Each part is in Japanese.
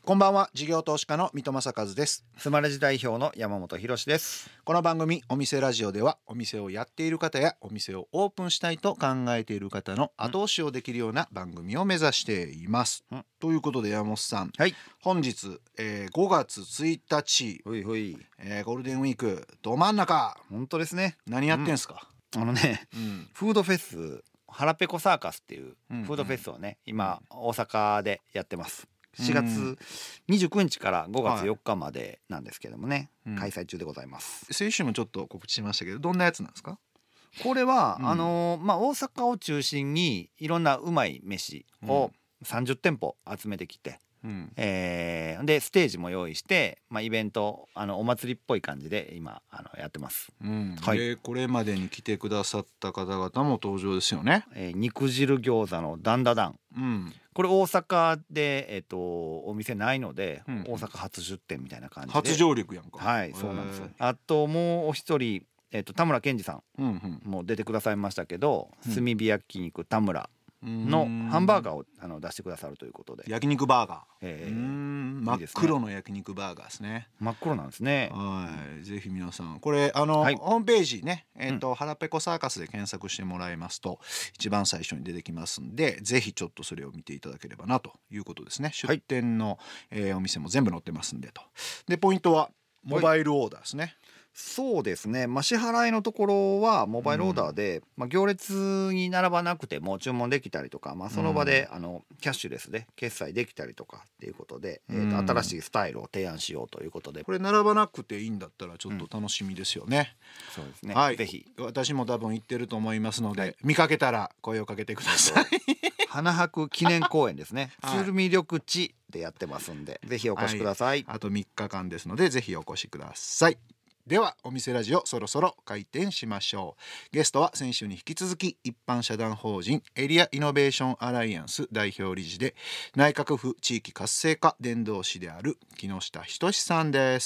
こんばんは、事業投資家の三戸正和です。 スマレジ代表の山本博史です。 この番組お店ラジオでは、お店をやっている方やお店をオープンしたいと考えている方の後押しをできるような番組を目指しています、ということで山本さん、 はい、 本日、5月1日、 ほいほい、 ゴールデンウィークど真ん中、 本当ですね。 何やってんすか？ フードフェス腹ペコサーカスっていうフードフェスをね、今大阪でやってます。4月29日から5月4日までなんですけどもね、開催中でございます。 先週もちょっと告知しましたけど、どんなやつなんですか？ これは、大阪を中心にいろんなうまい飯を30店舗集めてきて、でステージも用意して、イベントお祭りっぽい感じで今やってます、 でこれまでに来てくださった方々も登場ですよね。 肉汁餃子のダンダダン、これ大阪で、お店ないので、大阪初出店みたいな感じで初上陸やんか。 はい、そうなんですよ。あともうお一人、田村健二さんも出てくださいましたけど、炭火焼肉田村のハンバーガーを出してくださるということで、 焼肉バーガー、真っいいですね。 黒の焼肉バーガーですね。 真っ黒なんですね。 はい、ぜひ皆さんこれホームページね、腹ペコサーカスで検索してもらいますと一番最初に出てきますんで、ぜひちょっとそれを見ていただければなということですね。出店の、お店も全部載ってますんでと。でポイントはモバイルオーダーですね。 そうですね、支払いのところはモバイルオーダーで、行列に並ばなくても注文できたりとか、その場でキャッシュレスで決済できたりとかっていうことで、新しいスタイルを提案しようということで、 これ並ばなくていいんだったらちょっと楽しみですよね。 そうですね、 はい、 ぜひ私も多分行ってると思いますので、見かけたら声をかけてください。 花博記念公園ですね、鶴見緑地でやってますんで、ぜひお越しください。 あと3日間ですのでぜひお越しください。ではお店ラジオそろそろ開店しましょう。ゲストは先週に引き続き一般社団法人エリアイノベーションアライアンス代表理事で内閣府地域活性化伝道師である木下仁さんです。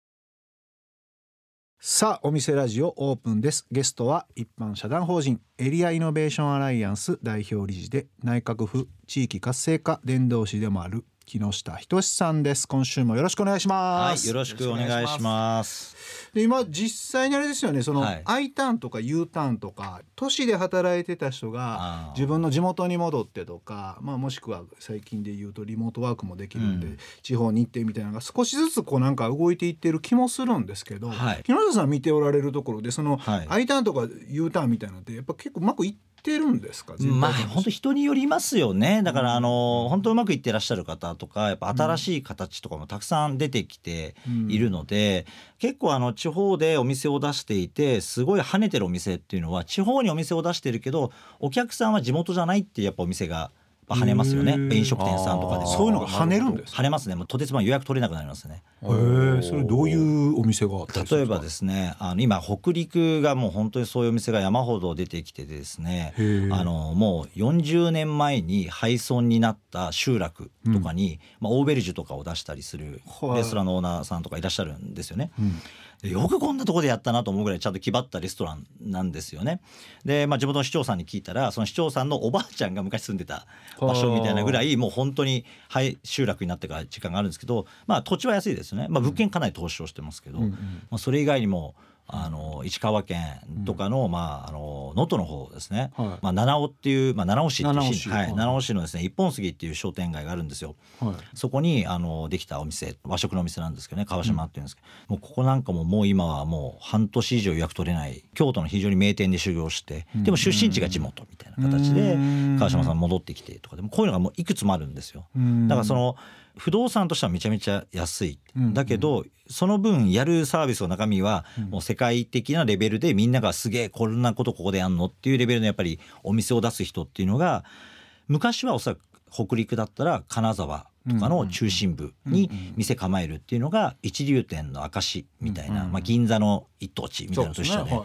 さあお店ラジオオープンです。ゲストは一般社団法人エリアイノベーションアライアンス代表理事で内閣府地域活性化伝道師でもある木下仁さんです。今週もよろしくお願いします。 はい、よろしくお願いします。 で今実際にあれですよね、その I ターンとか U ターンとか都市で働いてた人が自分の地元に戻ってとか、もしくは最近で言うとリモートワークもできるんで、地方に行ってみたいなのが少しずつこうなんか動いていってる気もするんですけど、木下さん見ておられるところでその I ターンとか U ターンみたいなのってやっぱ結構うまくいってるんですか？ 本当人によりますよね。だから本当うまくいってらっしゃる方とかやっぱ新しい形とかもたくさん出てきているので、結構地方でお店を出していてすごい跳ねてるお店っていうのは地方にお店を出してるけどお客さんは地元じゃないっていうやっぱお店が跳ねますよね。飲食店さんとかでもそういうのが跳ねるんです。 跳ねますね。もうとてつも予約取れなくなりますね。 それどういうお店があったりするんですか？ 例えばですね、今北陸がもう本当にそういうお店が山ほど出てきてですね、もう40年前に廃村になった集落とかに、オーベルジュとかを出したりするレストランのオーナーさんとかいらっしゃるんですよね。よくこんなとこでやったなと思うぐらいちゃんと気張ったレストランなんですよね。で、地元の市長さんに聞いたらその市長さんのおばあちゃんが昔住んでた場所みたいなぐらいもう本当に集落になってから時間があるんですけど、土地は安いですよね。物件かなり投資をしてますけど、それ以外にも石川県とかの能登の方ですね、七尾っていう、七尾市っていう市、七尾市のですね一本杉っていう商店街があるんですよ。そこにできたお店、和食のお店なんですけどね、川島っていうんですけど、もうここなんかもう今はもう半年以上予約取れない京都の非常に名店で修行して、でも出身地が地元みたいな形で川島さん戻ってきてとかでもこういうのがもういくつもあるんですよ。だからその不動産としてはめちゃめちゃ安い、だけどその分やるサービスの中身はもう世界的なレベルでみんながすげえこんなことここでやんのっていうレベルのやっぱりお店を出す人っていうのが昔はおそらく北陸だったら金沢とかの中心部に店構えるっていうのが一流店の証みたいな、銀座の一等地みたいなのと一緒で、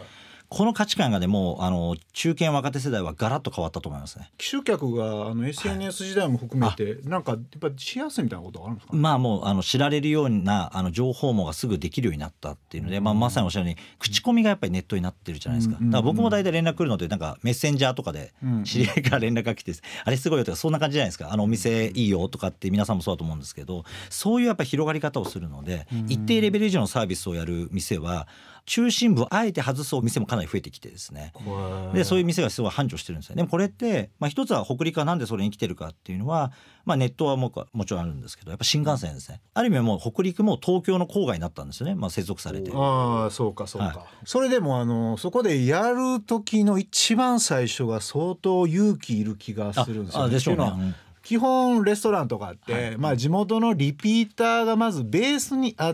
この価値観がねもう中堅若手世代はガラッと変わったと思いますね。 機種客がSNS 時代も含めて、なんかやっぱしやすいみたいなことがあるんですかね。 まあもう知られるような情報網がすぐできるようになったっていうので、まさにおっしゃるように口コミがやっぱりネットになってるじゃないですか。だから僕も大体連絡来るのでなんかメッセンジャーとかで知り合いから連絡が来て、あれすごいよとかそんな感じじゃないですか。お店いいよとかって皆さんもそうだと思うんですけど、そういうやっぱり広がり方をするので、一定レベル以上のサービスをやる店は中心部をあえて外すお店もかなり増えてきてですね、でそういう店がすごい繁盛してるんですよ。でもこれって、一つは北陸はなんでそれに来てるかっていうのは、ネットはもちろんあるんですけど、やっぱ新幹線ですね。ある意味はもう北陸も東京の郊外になったんですよね、接続されて。 ああそうかそうか、それでもそこでやる時の一番最初が相当勇気いる気がするんですよね。 でしょうね。 基本レストランとかって、地元のリピーターがまずベースにあって、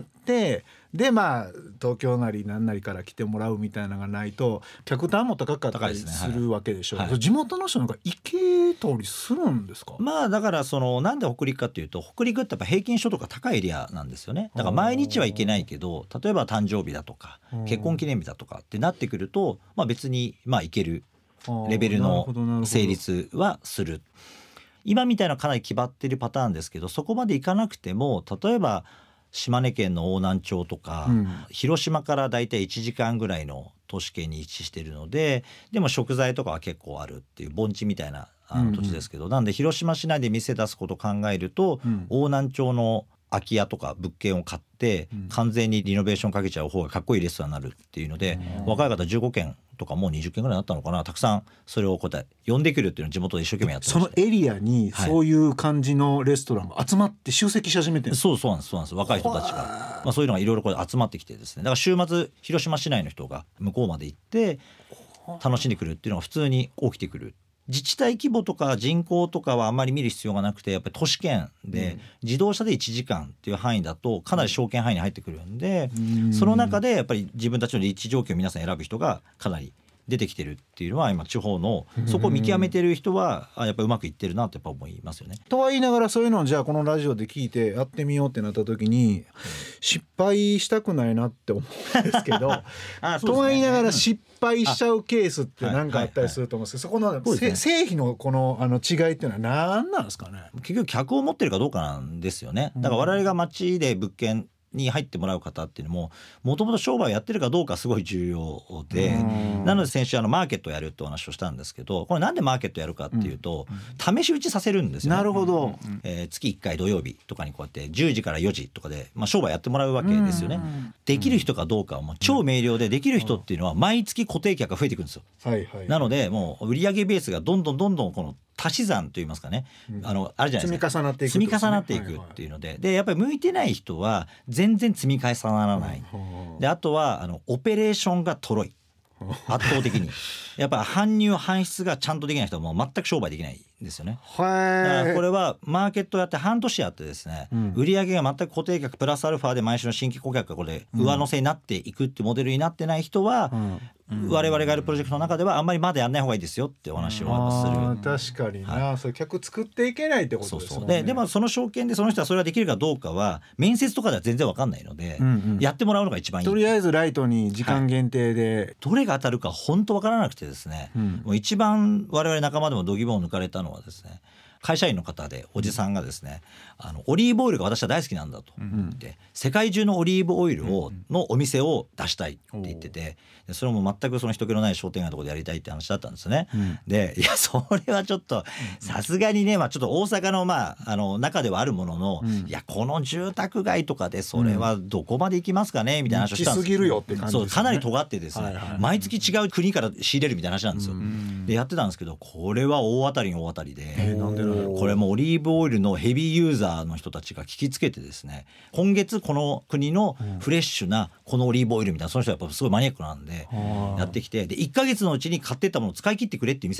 で東京なり何なりから来てもらうみたいなのがないと客単も高かったりするわけでしょう。地元の人なんか行けたりするんですか。 だからなんで北陸かっていうと、北陸ってやっぱ平均所得が高いエリアなんですよね。だから毎日は行けないけど、例えば誕生日だとか結婚記念日だとかってなってくると、別に行けるレベルの成立はする。今みたいなかなり決まってるパターンですけど、そこまで行かなくても、例えば島根県の邑南町とか、広島からだいたい1時間ぐらいの都市圏に位置しているので、でも食材とかは結構あるっていう盆地みたいな土地ですけど、なんで広島市内で店出すことを考えると、邑南町の空き家とか物件を買って完全にリノベーションかけちゃう方がかっこいいレストランになるっていうので、若い方15件とかもう20件ぐらいになったのかな、たくさんそれを呼んでくるっていうのを地元で一生懸命やってまして、 そのエリアにそういう感じのレストランが集まって集積し始めてるんですか。 そうなんです若い人たちが、そういうのがいろいろ集まってきてですね、だから週末広島市内の人が向こうまで行って楽しんでくるっていうのが普通に起きてくる。自治体規模とか人口とかはあんまり見る必要がなくて、やっぱり都市圏で自動車で1時間っていう範囲だとかなり小圏範囲に入ってくるんで、その中でやっぱり自分たちの立地条件を皆さん選ぶ人がかなり出てきてるっていうのは、今地方のそこを見極めてる人はやっぱりうまくいってるなってやっぱ思いますよね。 とは言いながら、そういうのをじゃあこのラジオで聞いてやってみようってなった時に失敗したくないなって思うんですけどとは言いながら失敗しちゃうケースって何かあったりすると思うんですけど、そこの成否のこの違いっていうのは何なんですかね。 結局客を持ってるかどうかなんですよね。だから我々が街で物件に入ってもらう方っていうのももともと商売をやってるかどうかすごい重要で、なので先週マーケットをやるってお話をしたんですけど、これなんでマーケットやるかっていうと、試し打ちさせるんですよね。 なるほど、 月1回土曜日とかにこうやって10時から4時とかで、商売やってもらうわけですよね。できる人かどうかはもう超明瞭で、できる人っていうのは毎月固定客が増えていくんですよ。なのでもう売上ベースがどんどんこの足し算といいますかね、あるじゃないですか、積み重なっていくっていうので、やっぱり向いてない人は全然積み重ならない。であとはオペレーションがとろい、圧倒的にやっぱ搬入搬出がちゃんとできない人はもう全く商売できないんですよね。だからこれはマーケットやって半年やってですね、売上が全く固定客プラスアルファで毎週の新規顧客がこれ上乗せになっていくってモデルになってない人は、我々がやるプロジェクトの中ではあんまりまだやんない方がいいですよってお話をする。 確かにな、そういう客作っていけないってことですもんね。 でもその証券でその人はそれができるかどうかは面接とかでは全然分かんないので、やってもらうのが一番いい。 とりあえずライトに時間限定で、 どれが当たるか本当分からなくてですね、もう一番我々仲間でも度肝を抜かれたのはですね、会社員の方でおじさんがですね、オリーブオイルが私は大好きなんだと言って、世界中のオリーブオイルのお店を出したいって言ってて、それも全くその人気のない商店街のところでやりたいって話だったんですね。でいやそれはちょっとさすがにね、ちょっと大阪の中ではあるものの、いやこの住宅街とかでそれはどこまで行きますかねみたいな話をしたんです。 行き過ぎるよって感じですね。 そうかなり尖ってですね、毎月違う国から仕入れるみたいな話なんですよ。でやってたんですけど、これは大当たりに大当たりで、これもオリーブオイルのヘビーユーザーの人たちが聞きつけてですね、今月この国のフレッシュなこのオリーブオイルみたいな、その人はやっぱすごいマニアックなんでやってきて、で1ヶ月のうちに買ってったものを使い切ってくれっていう店なんですよ。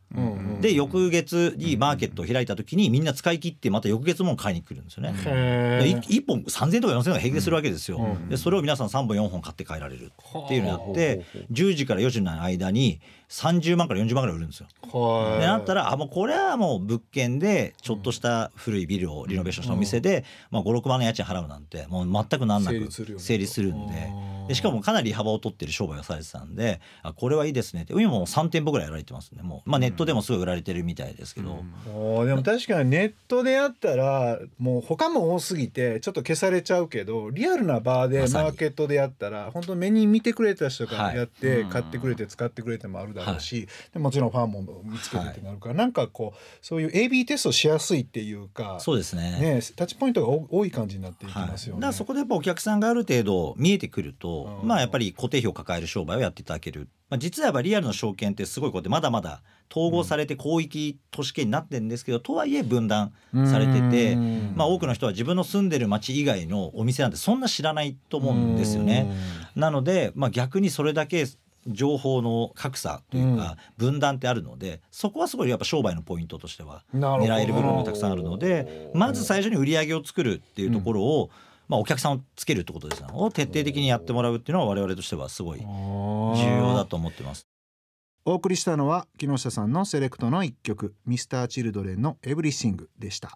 で翌月にマーケットを開いた時にみんな使い切ってまた翌月も買いに来るんですよね。1本3000とか4000とか平気でするわけですよ。でそれを皆さん3本4本買って帰られるっていうのをやって10時から4時の間に30万から40万ぐらい売るんですよ。でなったらもうこれはもう物件でちょっとした古いビルをリノベーションしたお店で、5、6万の家賃払うなんてもう全く難なく成立するんでしかもかなり幅を取ってる商売をされてたんでこれはいいですねって今もう3店舗ぐらいやられてますね。もうネットでもすごい売られてるみたいですけど、 でも確かにネットでやったらもう他も多すぎてちょっと消されちゃうけどリアルな場でマーケットでやったら本当目に見てくれた人がやって買ってくれて使ってくれてもあるだろうし、でもちろんファンも見つけてってなるから、なんかこうそういう AB テストしやすいっていうか、 そうですね、 タッチポイントが多い感じになっていきますよね。 だからそこでやっぱお客さんがある程度見えてくると、やっぱり固定費を抱える商売をやっていただける。実はやっぱリアルの証券ってすごいこうやってまだまだ統合されて広域都市圏になってるんですけど、とはいえ分断されてて、多くの人は自分の住んでる町以外のお店なんてそんな知らないと思うんですよね。なので、逆にそれだけ情報の格差というか分断ってあるので、そこはすごいやっぱ商売のポイントとしては狙える部分がたくさんあるので、まず最初に売り上げを作るっていうところを、お客さんをつけるってことですねを徹底的にやってもらうっていうのは我々としてはすごい重要だと思ってます。 お送りしたのは木下さんのセレクトの一曲 Mr.Children の Everything でした。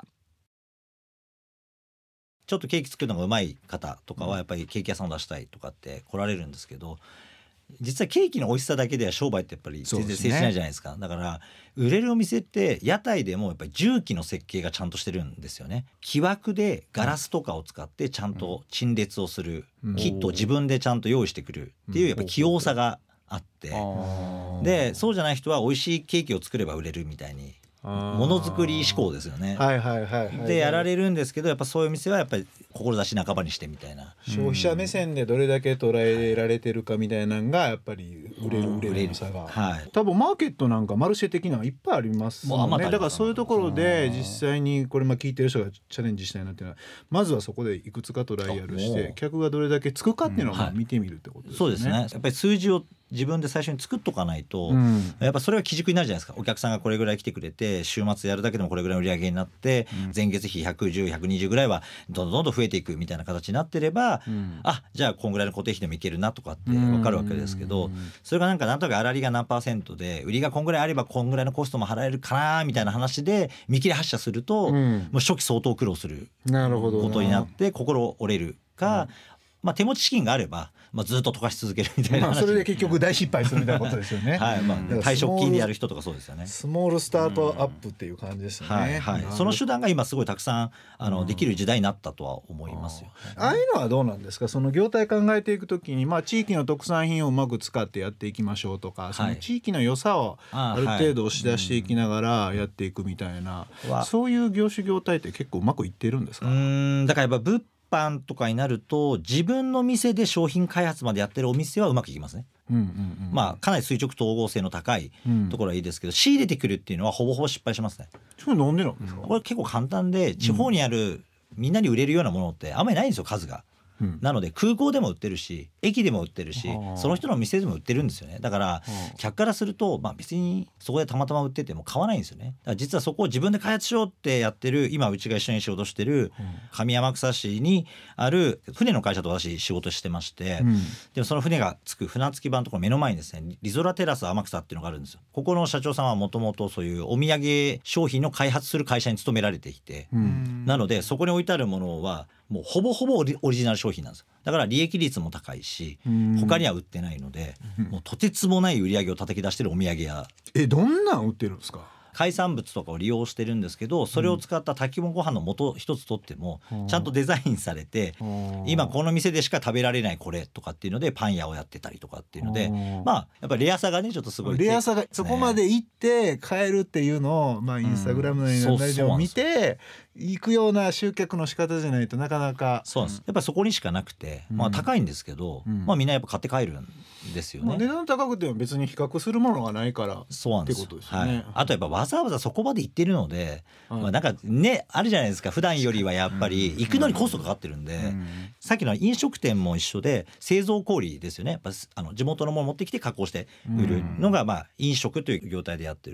ちょっとケーキ作るのがうまい方とかはやっぱりケーキ屋さんを出したいとかって来られるんですけど、実はケーキの美味しさだけでは商売ってやっぱり全然成立しないじゃないですか。だから売れるお店って屋台でもやっぱり重機の設計がちゃんとしてるんですよね。木枠でガラスとかを使ってちゃんと陳列をする、キットを自分でちゃんと用意してくるっていうやっぱ器用さがあって、でそうじゃない人は美味しいケーキを作れば売れるみたいにものづくり志向ですよね。でやられるんですけど、やっぱそういう店はやっぱり志半ばにしてみたいな、 消費者目線でどれだけ捉えられてるかみたいなのがやっぱり売れるの差が、多分マーケットなんかマルシェ的なのいっぱいありますもんね。だからそういうところで実際にこれ聞いてる人がチャレンジしたいなっていうのは、まずはそこでいくつかトライアルして客がどれだけつくかっていうのを見てみるってことですね。 そうですね。やっぱり数字を自分で最初に作っとかないと、やっぱそれは基軸になるじゃないですか。お客さんがこれぐらい来てくれて週末やるだけでもこれぐらいの売り上げになって、前月比110、120ぐらいはどんどん増えていくみたいな形になってれば、じゃあこんぐらいの固定費でもいけるなとかって分かるわけですけど、それがなんとなく粗利が何%で売りがこんぐらいあればこんぐらいのコストも払えるかなみたいな話で見切り発車すると、もう初期相当苦労することになって心折れるか、手持ち資金があれば、ずっと溶かし続けるみたいな話、 それで結局大失敗するみたいなことですよね。 退職金でやる人とかそうですよね。 スモールスタートアップっていう感じですよね。 その手段が今すごいたくさんできる時代になったとは思いますよ。 ああいうのはどうなんですか。その業態考えていくときに、地域の特産品をうまく使ってやっていきましょうとか、その地域の良さをある程度押し出していきながらやっていくみたいな、そういう業種業態って結構うまくいってるんですか。 だからやっぱ物販とかになると自分の店で商品開発までやってるお店はうまくいきますね。かなり垂直統合性の高いところはいいですけど、仕入れてくるっていうのはほぼほぼ失敗しますね。 なんでなんですか。 これ結構簡単で、地方にあるみんなに売れるようなものってあんまりないんですよ、数が。なので空港でも売ってるし駅でも売ってるしその人の店でも売ってるんですよね。だから客からすると別にそこでたまたま売ってても買わないんですよね。だから実はそこを自分で開発しようってやってる、今うちが一緒に仕事してる上天草市にある船の会社と私仕事してまして、でもその船がつく船着き場のところ目の前にですねリゾラテラス天草っていうのがあるんですよ。ここの社長さんはもともとそういうお土産商品の開発する会社に勤められていて、なのでそこに置いてあるものはもうほぼほぼオリジナル商品なんですよ。だから利益率も高いし他には売ってないので、もうとてつもない売り上げを叩き出してるお土産屋。 どんなん売ってるんですか。 海産物とかを利用してるんですけど、それを使った炊き物ご飯の素一つとってもちゃんとデザインされて、今この店でしか食べられないこれとかっていうのでパン屋をやってたりとかっていうので、やっぱりレアさがねちょっとすごい、 レアさがそこまで行って買えるっていうのをインスタグラムの内容を見て行くような集客の仕方じゃないとなかなか。 そうなんです。やっぱりそこにしかなくて、高いんですけど、みんなやっぱ買って帰るんですよね。 値段高くても別に比較するものがないからそうなんです。 ってことですよね。 あとやっぱわざわざそこまで行ってるので、なんかねあるじゃないですか。普段よりはやっぱり行くのにコストかかってるんで、さっきの飲食店も一緒で製造小売ですよね。やっぱ地元のものを持ってきて加工して売るのが飲食という業態でやってると。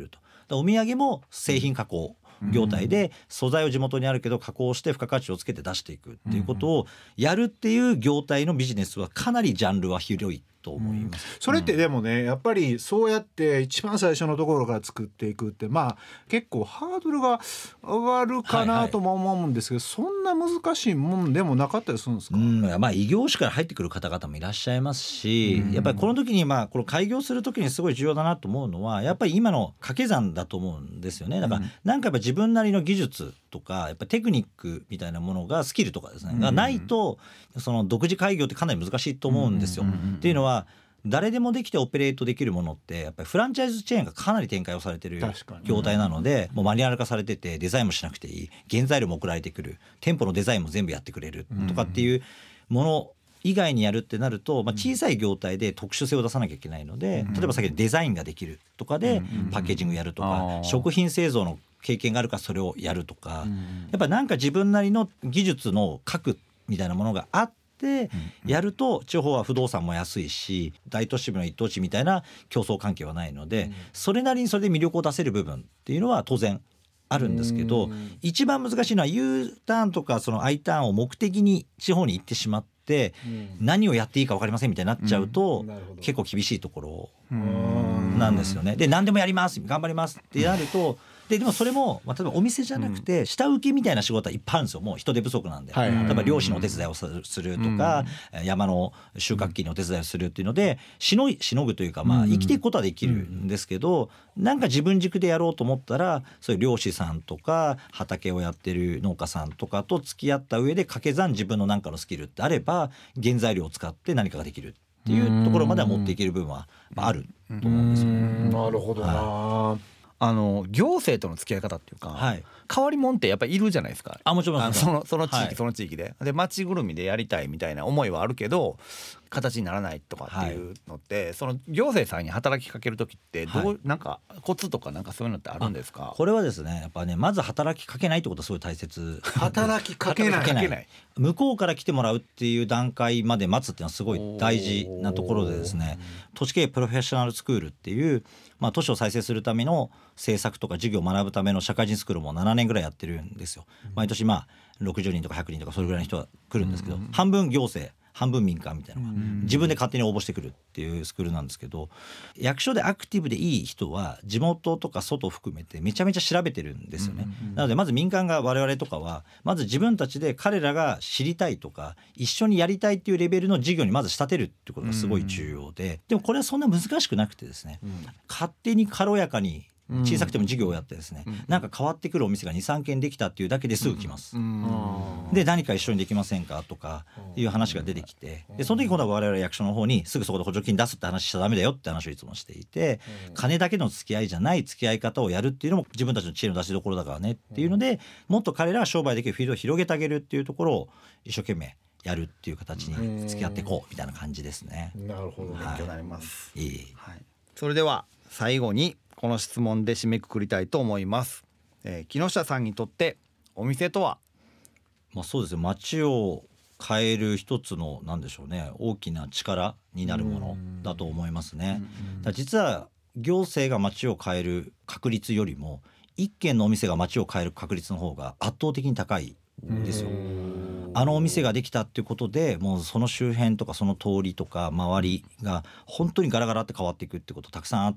お土産も製品加工業態で素材を地元にあるけど加工して付加価値をつけて出していくっていうことをやるっていう業態のビジネスはかなりジャンルは広いと思います。 それってでもねやっぱりそうやって一番最初のところから作っていくって結構ハードルが上がるかなとも思うんですけど、そんな難しいもんでもなかったりするんですか？ 異業種から入ってくる方々もいらっしゃいますし、やっぱりこの時にこの開業する時にすごい重要だなと思うのはやっぱり今の掛け算だと思うんですよね。だからなんかやっぱ自分なりの技術とかやっぱテクニックみたいなものがスキルとかですねがないとその独自開業ってかなり難しいと思うんですよ。っていうのは誰でもできてオペレートできるものってやっぱりフランチャイズチェーンがかなり展開をされてる業態なので、もうマニュアル化されててデザインもしなくていい、原材料も送られてくる、店舗のデザインも全部やってくれるとかっていうもの以外にやるってなると、小さい業態で特殊性を出さなきゃいけないので、例えば先ほどデザインができるとかでパッケージングやるとか、食品製造の経験があるからそれをやるとか、やっぱなんか自分なりの技術の核みたいなものがあってでやると地方は不動産も安いし大都市部の一等地みたいな競争関係はないので、それなりにそれで魅力を出せる部分っていうのは当然あるんですけど、一番難しいのは U ターンとかその I ターンを目的に地方に行ってしまって何をやっていいか分かりませんみたいになっちゃうと結構厳しいところなんですよね。で何でもやります頑張りますってなるとでもそれも、例えばお店じゃなくて下請けみたいな仕事はいっぱいあるんですよ。もう人手不足なんで、例えば漁師のお手伝いをするとか、山の収穫期にお手伝いをするっていうのでしのぐというか、生きていくことはできるんですけど、なんか自分軸でやろうと思ったらそういう漁師さんとか畑をやってる農家さんとかと付き合った上で掛け算自分の何かのスキルってあれば原材料を使って何かができるっていうところまでは持っていける部分はあると思うんですよね。 なるほどな。 行政との付き合い方っていうか、変わり者ってやっぱりいるじゃないですか。 もちろんその地域、その地域で町ぐるみでやりたいみたいな思いはあるけど形にならないとかっていうのって、その行政さんに働きかける時ってなんかコツとかなんかそういうのってあるんですか？ これはですねやっぱねまず働きかけないってことはすごい大切。 働きかけない向こうから来てもらうっていう段階まで待つっていうのはすごい大事なところでですね、都市経営プロフェッショナルスクールっていう、都市を再生するための政策とか事業を学ぶための社会人スクールも7年ぐらいやってるんですよ。毎年60人とか100人とかそれぐらいの人が来るんですけど、半分行政半分民間みたいなのが自分で勝手に応募してくるっていうスクールなんですけど、役所でアクティブでいい人は地元とか外を含めてめちゃめちゃ調べてるんですよね。なのでまず民間が我々とかはまず自分たちで彼らが知りたいとか一緒にやりたいっていうレベルの事業にまず仕立てるってことがすごい重要で、でもこれはそんな難しくなくてですね、勝手に軽やかに小さくても事業をやってですね、なんか変わってくるお店が 2,3 軒できたっていうだけですぐ来ます。で何か一緒にできませんかとかいう話が出てきて、でその時今度は我々役所の方にすぐそこで補助金出すって話しちゃダメだよって話をいつもしていて、金だけの付き合いじゃない付き合い方をやるっていうのも自分たちの知恵の出しどころだからねっていうので、もっと彼らが商売できるフィールドを広げてあげるっていうところを一生懸命やるっていう形に付き合っていこうみたいな感じですね。 なるほど、 勉強になります。 それでは最後にこの質問で締めくくりたいと思います。木下さんにとってお店とは？ そうですね、街を変える一つのなんでしょうね、大きな力になるものだと思いますね。実は行政が街を変える確率よりも一軒のお店が街を変える確率の方が圧倒的に高いんですよ。あのお店ができたっていうことでもうその周辺とかその通りとか周りが本当にガラガラって変わっていくってことたくさんあって、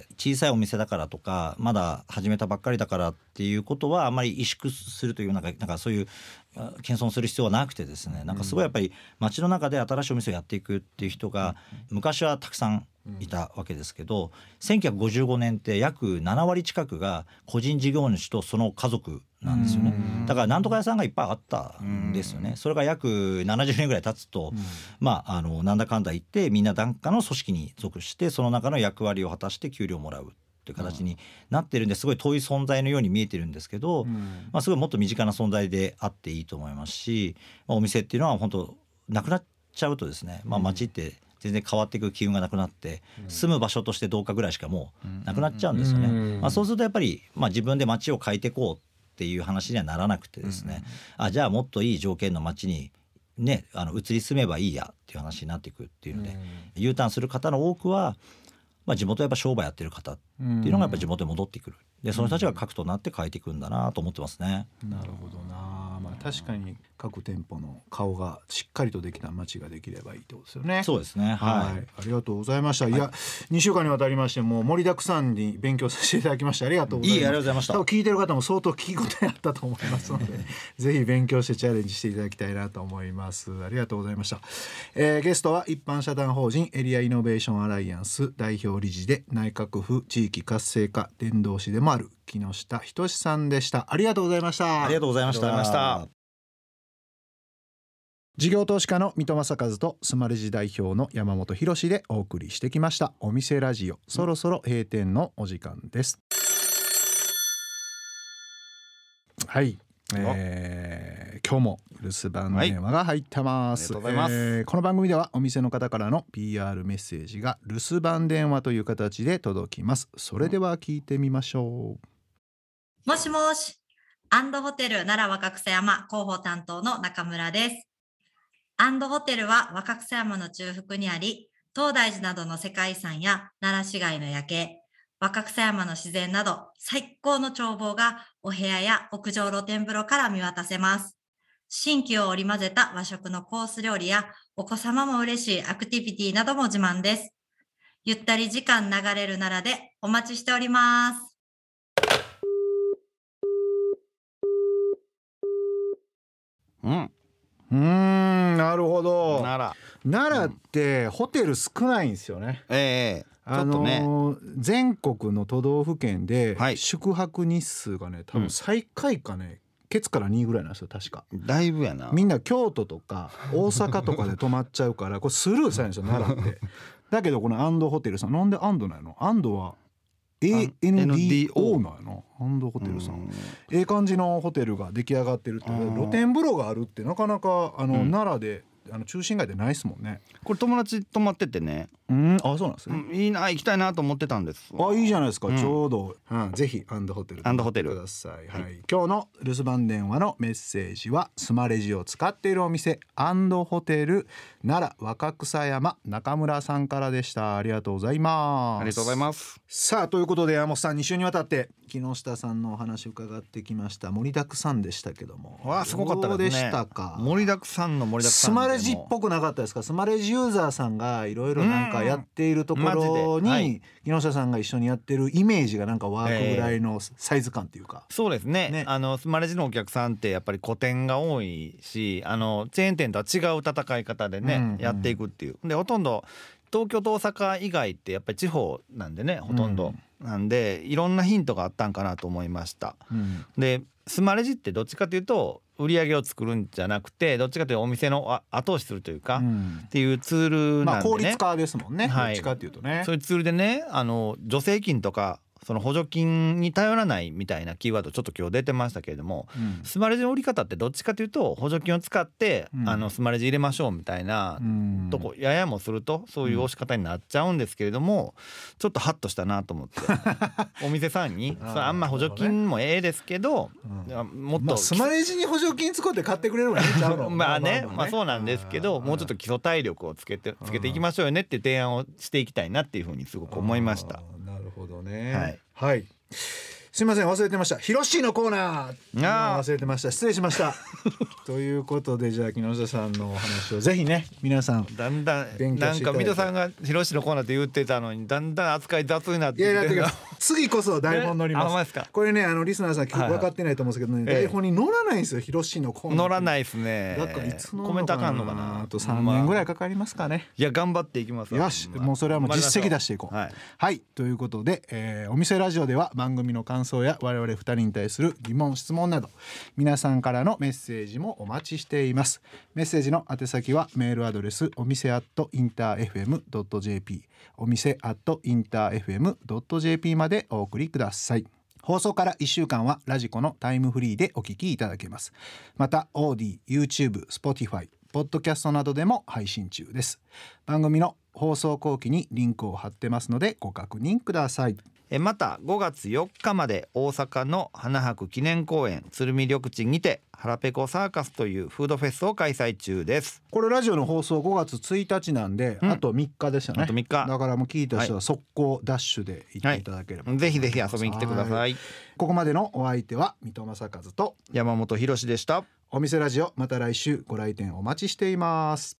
小さいお店だからとかまだ始めたばっかりだからっていうことはあんまり萎縮するというなんかそういう謙遜する必要はなくてですね、なんかすごいやっぱり街の中で新しいお店をやっていくっていう人が昔はたくさんいたわけですけど、1955年って約7割近くが個人事業主とその家族なんですよね。だからなんとか屋さんがいっぱいあったんですよね。それが約70年ぐらい経つと、なんだかんだ言ってみんな何かの組織に属してその中の役割を果たして給料をもらうっていう形になってるんで、すごい遠い存在のように見えてるんですけど、すごいもっと身近な存在であっていいと思いますし、お店っていうのは本当なくなっちゃうとですね、街って全然変わっていく機運がなくなって住む場所としてどうかぐらいしかもうなくなっちゃうんですよね。そうするとやっぱり自分で街を変えていこうっていう話にはならなくてですね、じゃあもっといい条件の街に移り住めばいいやっていう話になっていくっていうので、U ターンする方の多くは地元やっぱ商売やってる方っていうのがやっぱ地元に戻ってくる。でその人たちが核となって変えていくんだなと思ってますね。 なるほどな。確かに各店舗の顔がしっかりとできた街ができればいいってことですよね。 そうですね、はい、 ありがとうございました。いや2週間にわたりましてもう盛りだくさんに勉強させていただきましてありがとうございます。 ありがとうございました。 多分聞いてる方も相当聞き応えあったと思いますのでぜひ勉強してチャレンジしていただきたいなと思います。ありがとうございました。ゲストは一般社団法人エリアイノベーションアライアンス代表理事で内閣府地域活性化伝道師でもある木下仁さんでした。ありがとうございました。 ありがとうございました。 事業投資家の三戸正和とスマレジ代表の山本博でお送りしてきましたお店ラジオ、そろそろ閉店のお時間です。はい、今日も留守番電話が入ってます、 ありがとうございます。 この番組ではお店の方からの PR メッセージが留守番電話という形で届きます。それでは聞いてみましょう。もしもし、アンドホテル奈良若草山広報担当の中村です。アンドホテルは若草山の中腹にあり、東大寺などの世界遺産や奈良市街の夜景、若草山の自然など最高の眺望がお部屋や屋上露天風呂から見渡せます。新旧を織り交ぜた和食のコース料理やお子様も嬉しいアクティビティなども自慢です。ゆったり時間流れる奈良でお待ちしております。 なるほど。奈良ってホテル少ないんですよね。 ちょっとね、 全国の都道府県で宿泊日数がね多分最下位かね、ケツから2位ぐらいなんですよ確か。 だいぶやな。 みんな京都とか大阪とかで泊まっちゃうからこれスルーされるんですよ奈良って。だけどこのアンドホテルさん、なんでアンドなの？アンドはANDO なの？アンドホテルさん、感じのホテルが出来上がってるって、露天風呂があるってなかなか奈良で中心街でないですもんね。 これ友達泊まっててね、 あ、そうなんですね、 いいな、行きたいなと思ってたんです。 いいじゃないですか、ちょうど、ぜひアンドホテルください。今日の留守番電話のメッセージはスマレジを使っているお店アンドホテル奈良若草山中村さんからでした。ありがとうございます。 ありがとうございます。 さあということで山本さん2週にわたって木下さんのお話を伺ってきました。盛りだくさんでしたけども、 すごかったですね。 どうでしたか？ 盛りだくさんの盛りだくさん。 スマレジっぽくなかったですか？スマレジユーザーさんがいろいろなんかやっているところに木下さんが一緒にやってるイメージがなんかワークぐらいのサイズ感っていうか、 そうですね。スマレジのお客さんってやっぱり個店が多いし、チェーン店とは違う戦い方でね、やっていくっていうで、ほとんど東京と大阪以外ってやっぱり地方なんでね、ほとんど、なんでいろんなヒントがあったんかなと思いました。でスマレジってどっちかというと売り上げを作るんじゃなくて、どっちかというとお店の後押しするというか、っていうツールなんでね、 効率化ですもんね、どっちかっていうとね。 そういうツールでね、助成金とかその補助金に頼らないみたいなキーワードちょっと今日出てましたけれども、スマレジの売り方ってどっちかというと補助金を使って、スマレジ入れましょうみたいなとこややもするとそういう押し方になっちゃうんですけれども、ちょっとハッとしたなと思ってお店さんにそれあんま補助金もですけど、もっと、 スマレジに補助金使って買ってくれるのがいいんちゃうの？ そうなんですけど、もうちょっと基礎体力をつけていきましょうよねっていう提案をしていきたいなっていうふうにすごく思いました。 なるほどね。はい、すいません忘れてました。ヒロシのコーナー忘れてました。失礼しましたということで、じゃあ木下さんのお話をぜひね皆さんだんだんなんか水戸さんがヒロシのコーナーって言ってたのにだんだん扱い雑になってきて、 いや次こそ台本乗ります。これねリスナーさん分かってないと思うんですけどね、台本に載らないんですよヒロシのコーナー。 載らないですね。 だからいつのコメントあかんのかな。 あと3年ぐらいかかりますかね。 いや頑張っていきます。 よし、もうそれはもう実績出していこう。はい、ということで、お店ラジオでは番組の感想や我々2人に対する疑問質問など皆さんからのメッセージもお待ちしています。メッセージの宛先はメールアドレスお店@interfm.jp お店@interfm.jp までお送りください。放送から1週間はラジコのタイムフリーでお聞きいただけます。また OD、YouTube、Spotify、ポッドキャストなどでも配信中です。番組の放送後期にリンクを貼ってますのでご確認ください。 また5月4日まで大阪の花博記念公園鶴見緑地にて腹ペコサーカスというフードフェスを開催中です。 これラジオの放送5月1日なんで、あと3日ですよね。 あと3日だからもう聞いた人は速攻ダッシュで行っていただければ、 ぜひぜひ遊びに来てください。 ここまでのお相手は水戸正和と山本博史でした。 お店ラジオ、また来週ご来店お待ちしています。